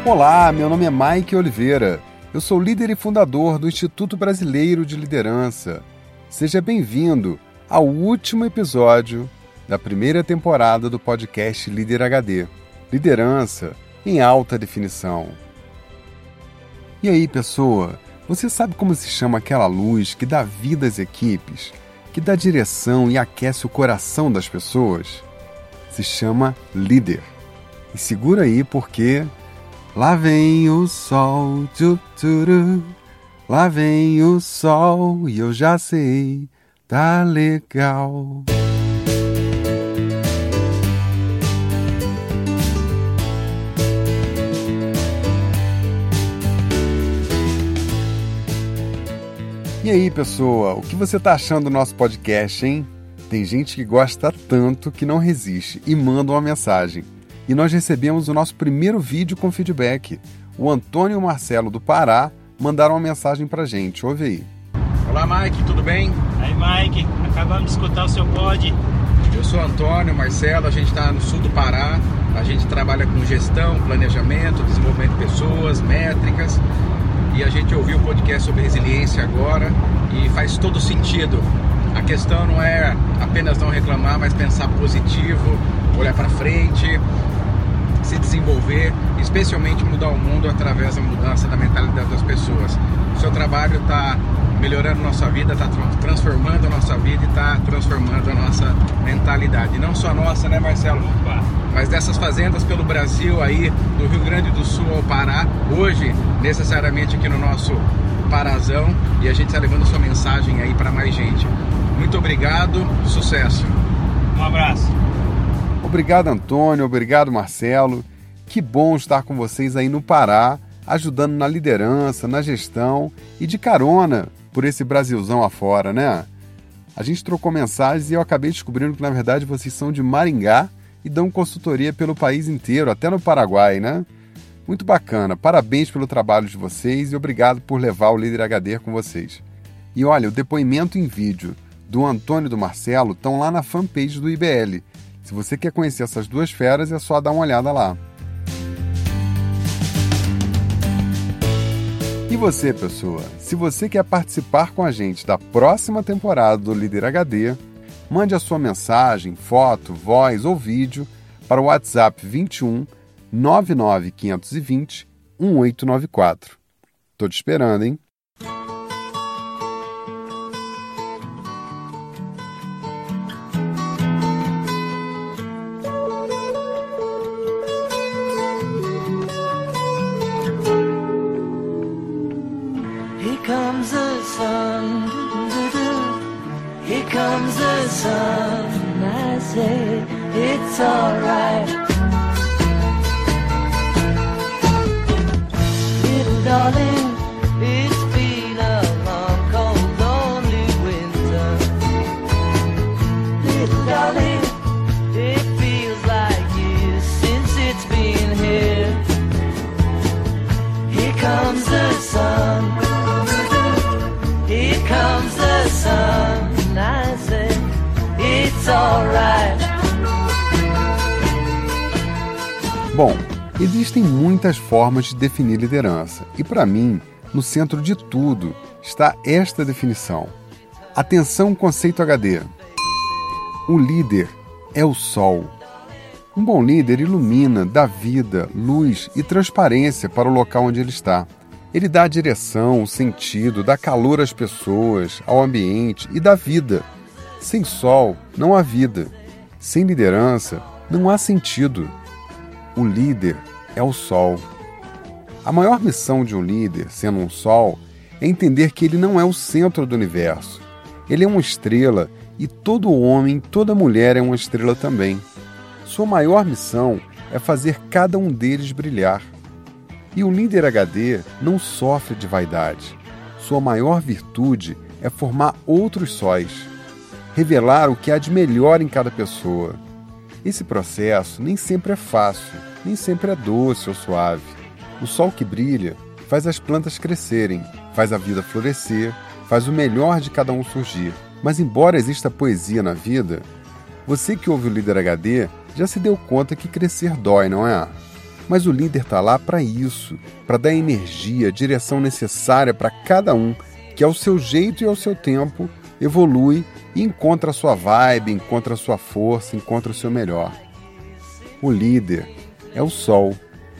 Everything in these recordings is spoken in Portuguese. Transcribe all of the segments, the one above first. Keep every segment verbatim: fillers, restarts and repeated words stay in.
Olá, meu nome é Mike Oliveira. Eu sou líder e fundador do Instituto Brasileiro de Liderança. Seja bem-vindo ao último episódio da primeira temporada do podcast Líder H D. Liderança em alta definição. E aí, pessoa, você sabe como se chama aquela luz que dá vida às equipes, que dá direção e aquece o coração das pessoas? Se chama líder. E segura aí porque lá vem o sol, tchu, tchuru. Lá vem o sol e eu já sei, tá legal. E aí, pessoa, o que você tá achando do nosso podcast, hein? Tem gente que gosta tanto que não resiste e manda uma mensagem. E nós recebemos o nosso primeiro vídeo com feedback. O Antônio e o Marcelo do Pará mandaram uma mensagem pra gente. Ouve aí. Olá, Mike, tudo bem? Aí, Mike, acabamos de escutar o seu pod. Eu sou Antônio, Marcelo, a gente está no sul do Pará. A gente trabalha com gestão, planejamento, desenvolvimento de pessoas, métricas. E a gente ouviu o podcast sobre resiliência agora e faz todo sentido. A questão não é apenas não reclamar, mas pensar positivo, olhar para frente, se desenvolver, especialmente mudar o mundo através da mudança da mentalidade das pessoas. O seu trabalho está melhorando a nossa vida, está transformando a nossa vida e está transformando a nossa mentalidade. Não só a nossa, né, Marcelo? Opa. Mas dessas fazendas pelo Brasil aí, do Rio Grande do Sul ao Pará, hoje, necessariamente aqui no nosso Parazão, e a gente está levando a sua mensagem aí para mais gente. Muito obrigado, sucesso. Um abraço. Obrigado, Antônio. Obrigado, Marcelo. Que bom estar com vocês aí no Pará, ajudando na liderança, na gestão e de carona por esse Brasilzão afora, né? A gente trocou mensagens e eu acabei descobrindo que, na verdade, vocês são de Maringá e dão consultoria pelo país inteiro, até no Paraguai, né? Muito bacana. Parabéns pelo trabalho de vocês e obrigado por levar o Líder H D com vocês. E olha, o depoimento em vídeo do Antônio e do Marcelo estão lá na fanpage do I B L. Se você quer conhecer essas duas feras, é só dar uma olhada lá. E você, pessoa, se você quer participar com a gente da próxima temporada do Líder H D, mande a sua mensagem, foto, voz ou vídeo para o WhatsApp vinte e um, nove nove cinco dois zero, um oito nove quatro. Tô te esperando, hein? Comes the sun, doo-doo-doo. Here comes the sun, I say it's alright. Little darling, it's been a long, cold, lonely winter. Little darling, it feels like years since it's been here. Here comes the sun. Here comes the sun, I say, it's alright. Bom, existem muitas formas de definir liderança. E para mim, no centro de tudo, está esta definição. Atenção, conceito H D. O líder é o sol. Um bom líder ilumina, dá vida, luz e transparência para o local onde ele está. Ele dá a direção, o sentido, dá calor às pessoas, ao ambiente e dá vida. Sem sol, não há vida. Sem liderança, não há sentido. O líder é o sol. A maior missão de um líder, sendo um sol, é entender que ele não é o centro do universo. Ele é uma estrela e todo homem, toda mulher é uma estrela também. Sua maior missão é fazer cada um deles brilhar. E o líder H D não sofre de vaidade. Sua maior virtude é formar outros sóis, revelar o que há de melhor em cada pessoa. Esse processo nem sempre é fácil, nem sempre é doce ou suave. O sol que brilha faz as plantas crescerem, faz a vida florescer, faz o melhor de cada um surgir. Mas embora exista poesia na vida, você que ouve o Líder H D já se deu conta que crescer dói, não é? Mas o líder está lá para isso, para dar a energia, a direção necessária para cada um, que ao seu jeito e ao seu tempo evolui e encontra a sua vibe, encontra a sua força, encontra o seu melhor. O líder é o sol.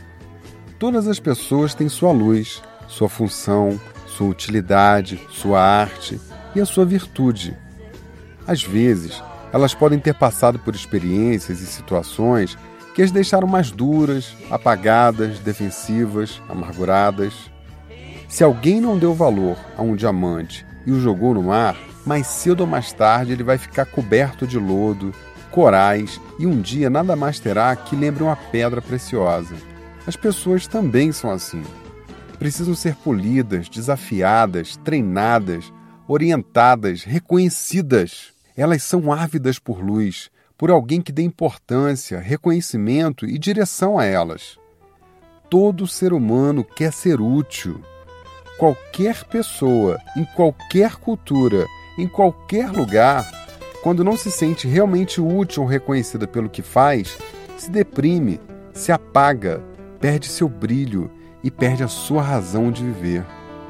Todas as pessoas têm sua luz, sua função, sua utilidade, sua arte e a sua virtude. Às vezes, elas podem ter passado por experiências e situações que as deixaram mais duras, apagadas, defensivas, amarguradas. Se alguém não deu valor a um diamante e o jogou no mar, mais cedo ou mais tarde ele vai ficar coberto de lodo, corais e um dia nada mais terá que lembre uma pedra preciosa. As pessoas também são assim. Precisam ser polidas, desafiadas, treinadas, orientadas, reconhecidas. Elas são ávidas por luz, por alguém que dê importância, reconhecimento e direção a elas. Todo ser humano quer ser útil. Qualquer pessoa, em qualquer cultura, em qualquer lugar, quando não se sente realmente útil ou reconhecida pelo que faz, se deprime, se apaga, perde seu brilho e perde a sua razão de viver.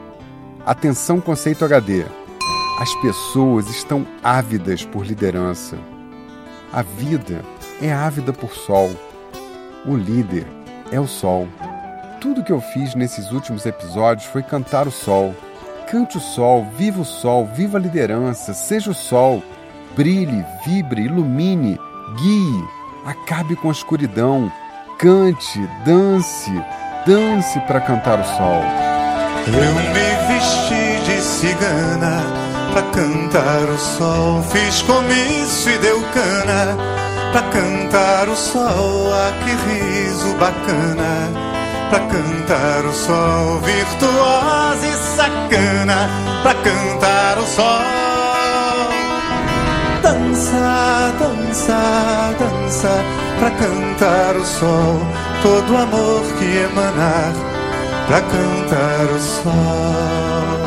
Atenção, conceito H D. As pessoas estão ávidas por liderança. A vida é ávida por sol. O líder é o sol. Tudo que eu fiz nesses últimos episódios foi cantar o sol. Cante o sol, viva o sol, viva a liderança, seja o sol. Brilhe, vibre, ilumine, guie, acabe com a escuridão. Cante, dance, dance para cantar o sol. Eu me vesti de cigana pra cantar o sol. Fiz comício e deu cana pra cantar o sol. Ah, que riso bacana pra cantar o sol. Virtuosa e sacana pra cantar o sol. Dança, dança, dança pra cantar o sol. Todo amor que emanar pra cantar o sol.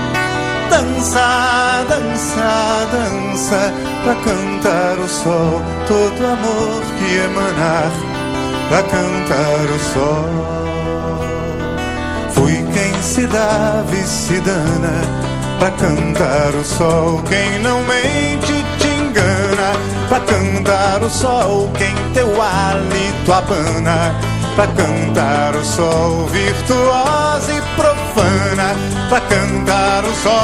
Dança, dança, dança pra cantar o sol. Todo amor que emanar pra cantar o sol. Fui quem se dava e se dana pra cantar o sol. Quem não mente te engana pra cantar o sol. Quem teu hálito abana pra cantar o sol. Virtuosa e profana pra cantar o sol.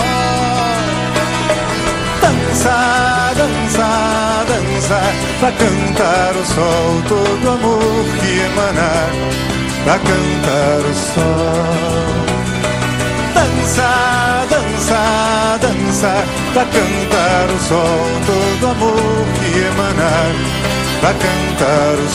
Dança, dança, dança pra cantar o sol. Todo amor que emanar pra cantar o sol. Dança, dança, dança pra cantar o sol. Todo amor que emanar pra cantar o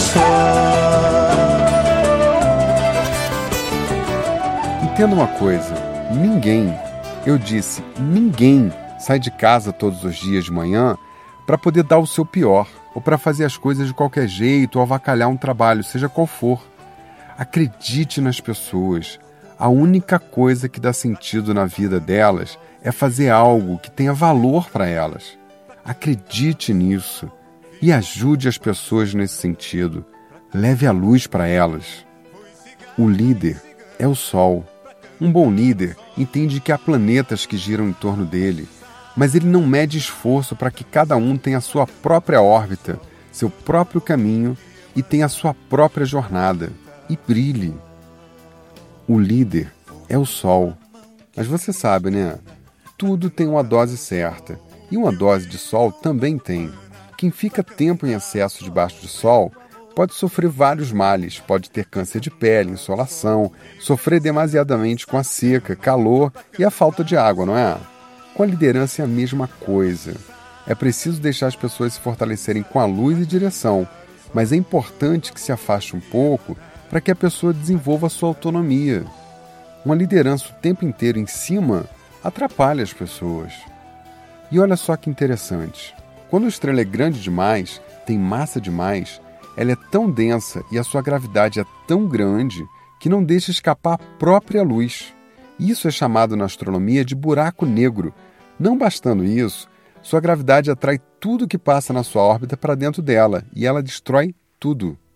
sol. Entenda uma coisa, ninguém, eu disse, ninguém sai de casa todos os dias de manhã para poder dar o seu pior, ou para fazer as coisas de qualquer jeito, ou avacalhar um trabalho, seja qual for. Acredite nas pessoas. A única coisa que dá sentido na vida delas é fazer algo que tenha valor para elas. Acredite nisso e ajude as pessoas nesse sentido. Leve a luz para elas. O líder é o sol. Um bom líder entende que há planetas que giram em torno dele, mas ele não mede esforço para que cada um tenha a sua própria órbita, seu próprio caminho e tenha a sua própria jornada. E brilhe. O líder é o sol. Mas você sabe, né? Tudo tem uma dose certa. E uma dose de sol também tem. Quem fica tempo em excesso debaixo do sol pode sofrer vários males. Pode ter câncer de pele, insolação, sofrer demasiadamente com a seca, calor e a falta de água, não é? Com a liderança é a mesma coisa. É preciso deixar as pessoas se fortalecerem com a luz e direção. Mas é importante que se afaste um pouco para que a pessoa desenvolva a sua autonomia. Uma liderança o tempo inteiro em cima atrapalha as pessoas. E olha só que interessante. Quando a estrela é grande demais, tem massa demais, ela é tão densa e a sua gravidade é tão grande que não deixa escapar a própria luz. Isso é chamado na astronomia de buraco negro. Não bastando isso, sua gravidade atrai tudo que passa na sua órbita para dentro dela e ela destrói tudo.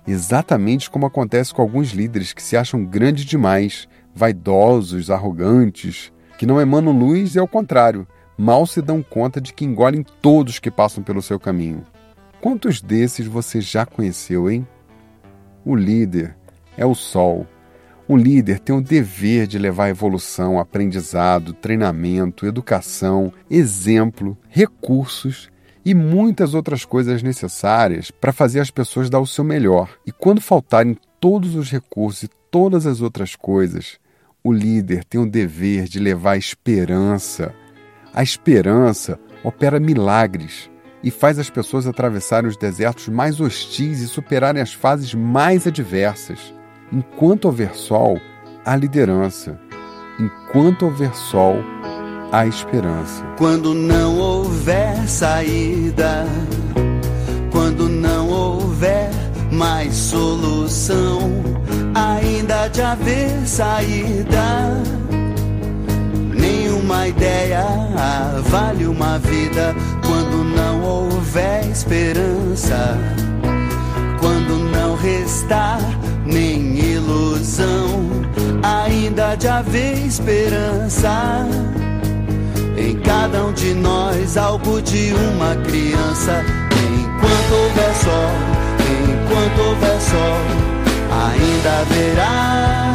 exatamente como acontece com alguns líderes que se acham grandes demais, vaidosos, arrogantes, que não emanam luz e, ao contrário, mal se dão conta de que engolem todos que passam pelo seu caminho. Quantos desses você já conheceu, hein? O líder é o sol. O líder tem o dever de levar evolução, aprendizado, treinamento, educação, exemplo, recursos e muitas outras coisas necessárias para fazer as pessoas dar o seu melhor. E quando faltarem todos os recursos e todas as outras coisas, o líder tem o dever de levar a esperança. A esperança opera milagres e faz as pessoas atravessarem os desertos mais hostis e superarem as fases mais adversas. Enquanto houver sol, há liderança. Enquanto houver sol, há esperança. Quando não houver saída, quando não houver mais solução, ainda há de haver saída. Nenhuma ideia vale uma vida quando não houver esperança, quando não restar nem ilusão, ainda há de haver esperança. Em cada um de nós, algo de uma criança. Enquanto houver sol, enquanto houver sol, ainda haverá.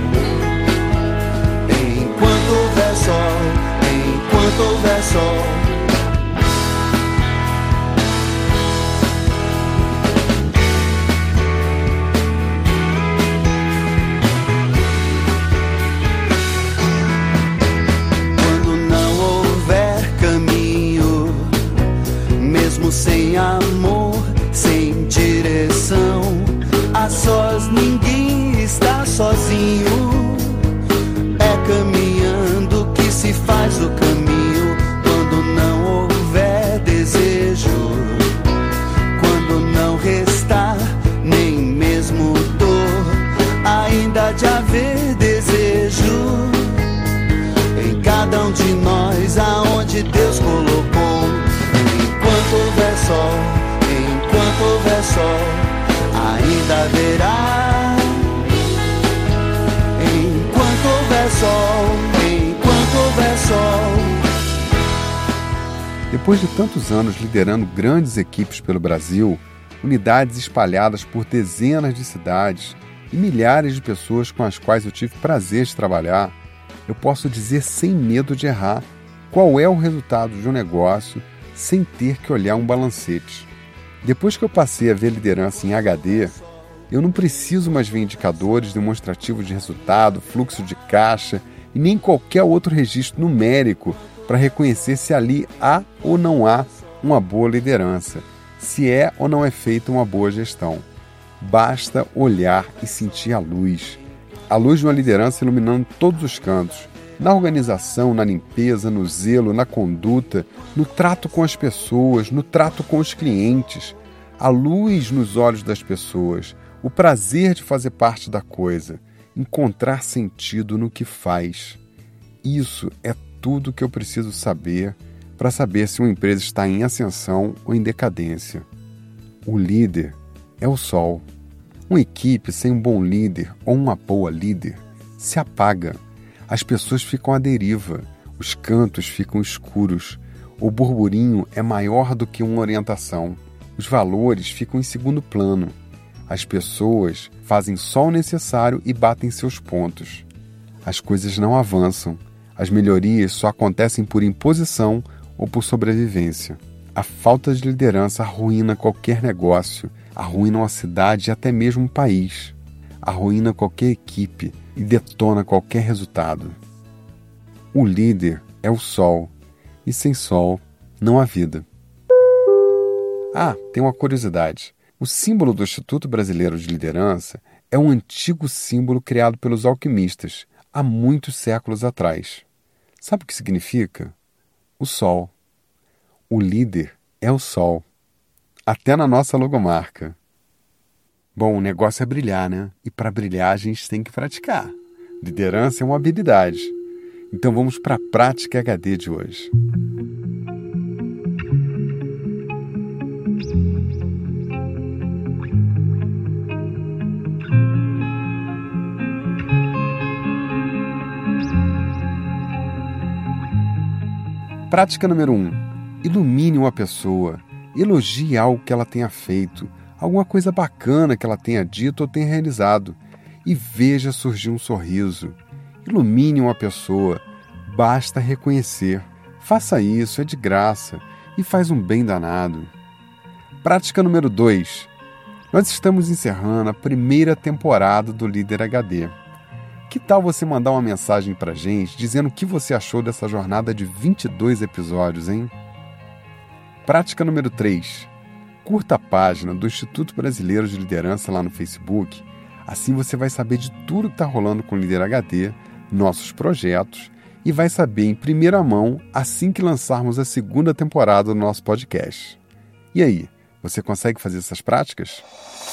Enquanto houver sol, enquanto houver sol. Sem amor, sem direção, a sós ninguém está sozinho. É caminhando que se faz o caminho. Quando não houver desejo, quando não restar nem mesmo dor, ainda há de haver desejo em cada um de nós, aonde Deus colocou. Enquanto houver sol, enquanto houver sol, ainda haverá. Enquanto houver sol, enquanto houver sol. Depois de tantos anos liderando grandes equipes pelo Brasil, unidades espalhadas por dezenas de cidades e milhares de pessoas com as quais eu tive prazer de trabalhar, eu posso dizer sem medo de errar qual é o resultado de um negócio sem ter que olhar um balancete. Depois que eu passei a ver liderança em H D, eu não preciso mais ver indicadores demonstrativos de resultado, fluxo de caixa e nem qualquer outro registro numérico para reconhecer se ali há ou não há uma boa liderança, se é ou não é feita uma boa gestão. Basta olhar e sentir a luz. A luz de uma liderança iluminando todos os cantos, na organização, na limpeza, no zelo, na conduta, no trato com as pessoas, no trato com os clientes, a luz nos olhos das pessoas, o prazer de fazer parte da coisa, encontrar sentido no que faz. Isso é tudo que eu preciso saber para saber se uma empresa está em ascensão ou em decadência. O líder é o sol. Uma equipe sem um bom líder ou uma boa líder se apaga. As pessoas ficam à deriva, os cantos ficam escuros, o burburinho é maior do que uma orientação, os valores ficam em segundo plano, as pessoas fazem só o necessário e batem seus pontos. As coisas não avançam, as melhorias só acontecem por imposição ou por sobrevivência. A falta de liderança arruína qualquer negócio, arruína uma cidade e até mesmo um país, arruína qualquer equipe e detona qualquer resultado. O líder é o sol, e sem sol não há vida. Ah, tem uma curiosidade. O símbolo do Instituto Brasileiro de Liderança é um antigo símbolo criado pelos alquimistas há muitos séculos atrás. Sabe o que significa? O sol. O líder é o sol. Até na nossa logomarca. Bom, o negócio é brilhar, né? E para brilhar a gente tem que praticar. Liderança é uma habilidade. Então vamos para a prática H D de hoje. Prática número um. Ilumine uma pessoa. Elogie algo que ela tenha feito, alguma coisa bacana que ela tenha dito ou tenha realizado, e veja surgir um sorriso. Ilumine uma pessoa. Basta reconhecer. Faça isso, é de graça e faz um bem danado. Prática número dois. Nós estamos encerrando a primeira temporada do Líder H D. Que tal você mandar uma mensagem pra gente dizendo o que você achou dessa jornada de vinte e dois episódios, hein? Prática número três. Curta a página do Instituto Brasileiro de Liderança lá no Facebook. Assim você vai saber de tudo que está rolando com o Líder H D, nossos projetos, e vai saber em primeira mão assim que lançarmos a segunda temporada do nosso podcast. E aí, você consegue fazer essas práticas?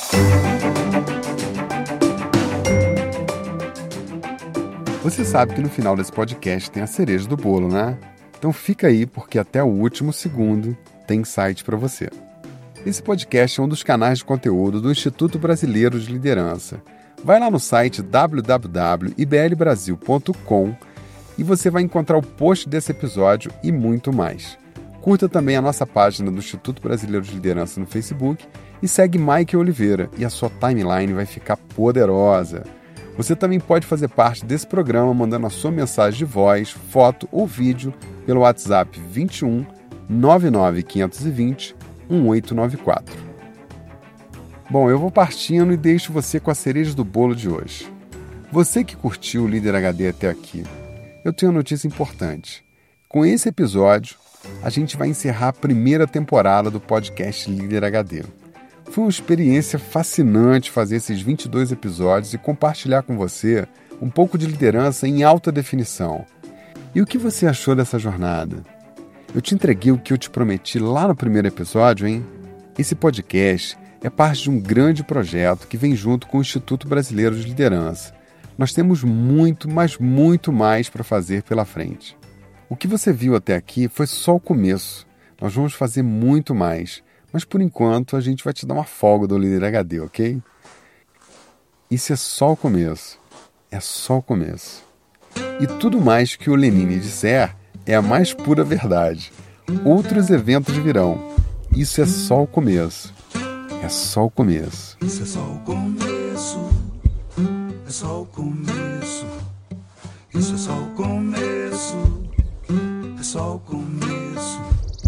Você sabe que no final desse podcast tem a cereja do bolo, né? Então fica aí, porque até o último segundo tem insight para você. Esse podcast é um dos canais de conteúdo do Instituto Brasileiro de Liderança. Vai lá no site w w w ponto i b l brasil ponto com e você vai encontrar o post desse episódio e muito mais. Curta também a nossa página do Instituto Brasileiro de Liderança no Facebook e segue Mike Oliveira e a sua timeline vai ficar poderosa. Você também pode fazer parte desse programa mandando a sua mensagem de voz, foto ou vídeo pelo WhatsApp vinte e um, nove nove cinco dois zero, um oito nove quatro. Bom, eu vou partindo e deixo você com a cereja do bolo de hoje. Você que curtiu o Líder H D até aqui, eu tenho uma notícia importante. Com esse episódio, a gente vai encerrar a primeira temporada do podcast Líder H D. Foi uma experiência fascinante fazer esses vinte e dois episódios e compartilhar com você um pouco de liderança em alta definição. E o que você achou dessa jornada? Eu te entreguei o que eu te prometi lá no primeiro episódio, hein? Esse podcast é parte de um grande projeto que vem junto com o Instituto Brasileiro de Liderança. Nós temos muito, mas muito mais para fazer pela frente. O que você viu até aqui foi só o começo. Nós vamos fazer muito mais. Mas, por enquanto, a gente vai te dar uma folga do Líder H D, ok? Isso é só o começo. É só o começo. E tudo mais que o Lenine disser é a mais pura verdade. Outros eventos virão. Isso é só o começo. É só o começo. Isso é só o começo. É só o começo. Isso é só o começo. É só o começo.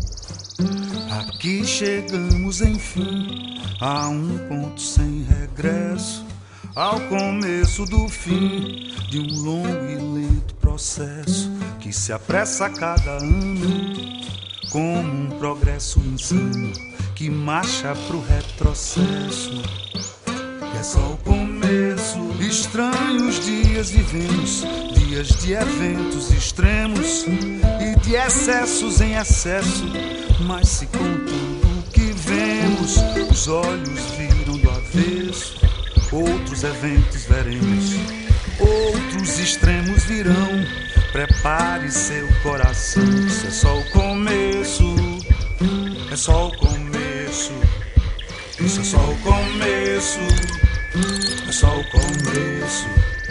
Aqui chegamos, enfim, a um ponto sem regresso, ao começo do fim de um longo e lento processo que se apressa a cada ano, como um progresso insano que marcha pro retrocesso. É só o começo, estranhos dias vivemos, dias de eventos extremos e de excessos em excesso. Mas se com tudo que vemos, os olhos viram do avesso, outros eventos veremos, outros extremos virão. Prepare seu coração, isso é só o começo, é só o começo, isso é só o começo, é só o começo.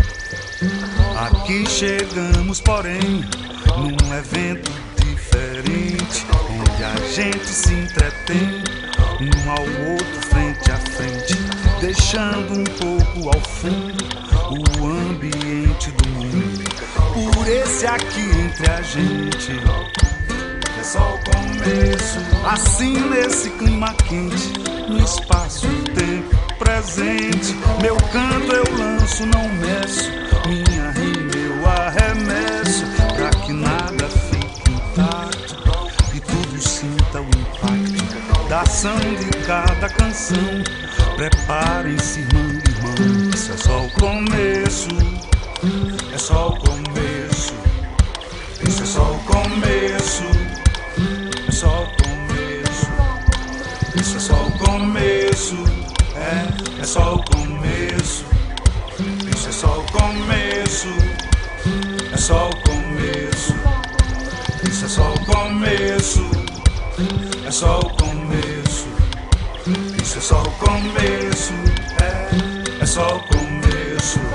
Aqui chegamos, porém, num evento diferente, onde a gente se entretém, um ao outro, frente a frente, deixando um pouco ao fundo o ambiente do mundo. Por esse aqui entre a gente, é só o começo. Assim nesse clima quente, no espaço e tempo presente, meu canto eu lanço, não meço, minha rima eu arremesso, pra que nada fique intacto e tudo sinta o impacto da ação de cada canção. Preparem-se, irmão e irmã, isso é só o começo, é só o começo, isso é só o começo, é só o começo, isso é só o começo, é, é só o começo, isso é só o começo, é só o começo, isso é só o começo, é só o começo, isso é só o começo, é, é só o começo.